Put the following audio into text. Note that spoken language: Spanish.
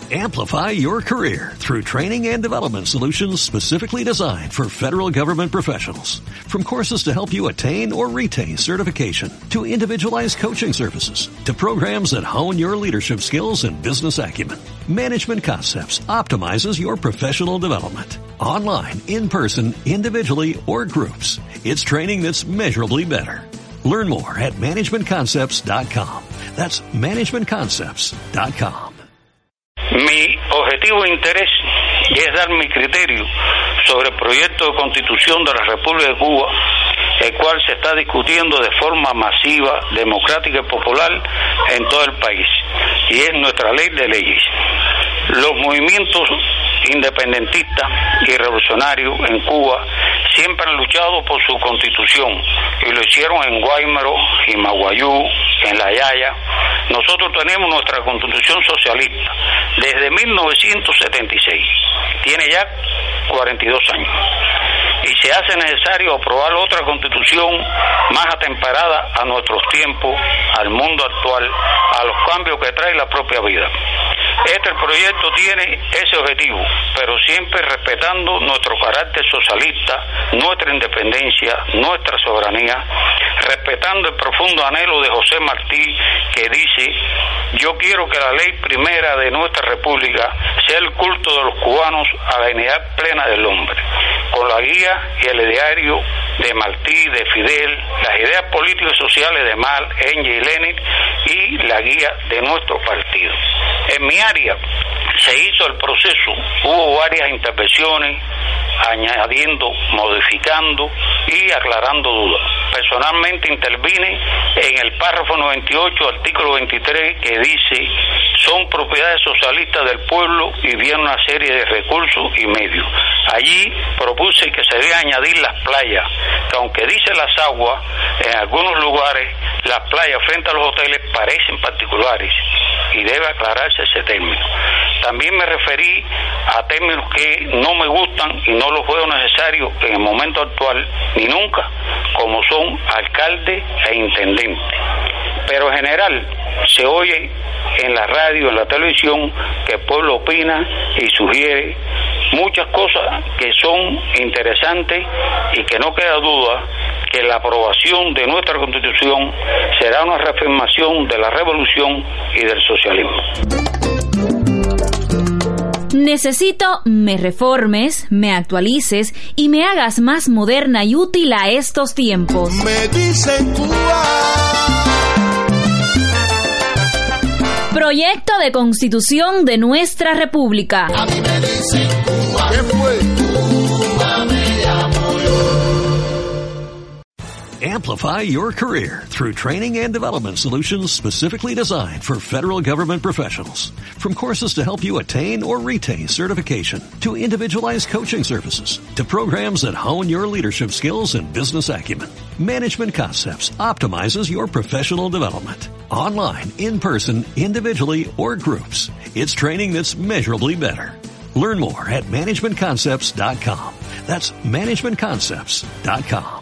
Amplify your career through training and development solutions specifically designed for federal government professionals. From courses to help you attain or retain certification, to individualized coaching services, to programs that hone your leadership skills and business acumen, Management Concepts optimizes your professional development. Online, in person, individually, or groups, it's training that's measurably better. Learn more at managementconcepts.com. That's managementconcepts.com. Mi objetivo e interés es dar mi criterio sobre el proyecto de constitución de la República de Cuba, el cual se está discutiendo de forma masiva, democrática y popular en todo el país, y es nuestra ley de leyes. Los movimientos independentistas y revolucionarios en Cuba siempre han luchado por su constitución, y lo hicieron en Guaymaro, en Maguayú, en La Yaya. Nosotros tenemos nuestra constitución socialista desde 1976, tiene ya 42 años, y se hace necesario aprobar otra constitución más atemperada a nuestros tiempos, al mundo actual, a los cambios que trae la propia vida. Este proyecto tiene ese objetivo, pero siempre respetando nuestro carácter socialista, nuestra independencia, nuestra soberanía, respetando el profundo anhelo de José Martí, que dice: yo quiero que la ley primera de nuestra república sea el culto de los cubanos a la dignidad plena del hombre, con la guía y el ideario de Martí, de Fidel, las ideas políticas y sociales de Marx, Engels y Lenin, y la guía de nuestro partido. En mi área se hizo el proceso, hubo varias intervenciones, añadiendo, modificando y aclarando dudas. Personalmente intervine en el párrafo 98, artículo 23, que dice: son propiedades socialistas del pueblo, y viene una serie de recursos y medios. Allí propuse que se debe añadir las playas, que aunque dice las aguas, en algunos lugares las playas frente a los hoteles parecen particulares, y debe aclararse ese término. También me referí a términos que no me gustan y no los veo necesarios en el momento actual, ni nunca, como son alcalde e intendente. Pero en general se oye en la radio, en la televisión, que el pueblo opina y sugiere muchas cosas que son interesantes, y que no queda duda que la aprobación de nuestra Constitución será una reafirmación de la revolución y del socialismo. Necesito me reformes, me actualices y me hagas más moderna y útil a estos tiempos. Me dicen Cuba. Proyecto de Constitución de nuestra República. A mí me dicen Cuba. ¿Qué fue? Cuba me llamo yo. Amplify your career through training and development solutions specifically designed for federal government professionals. From courses to help you attain or retain certification, to individualized coaching services, to programs that hone your leadership skills and business acumen, Management Concepts optimizes your professional development. Online, in person, individually, or groups, it's training that's measurably better. Learn more at managementconcepts.com. That's managementconcepts.com.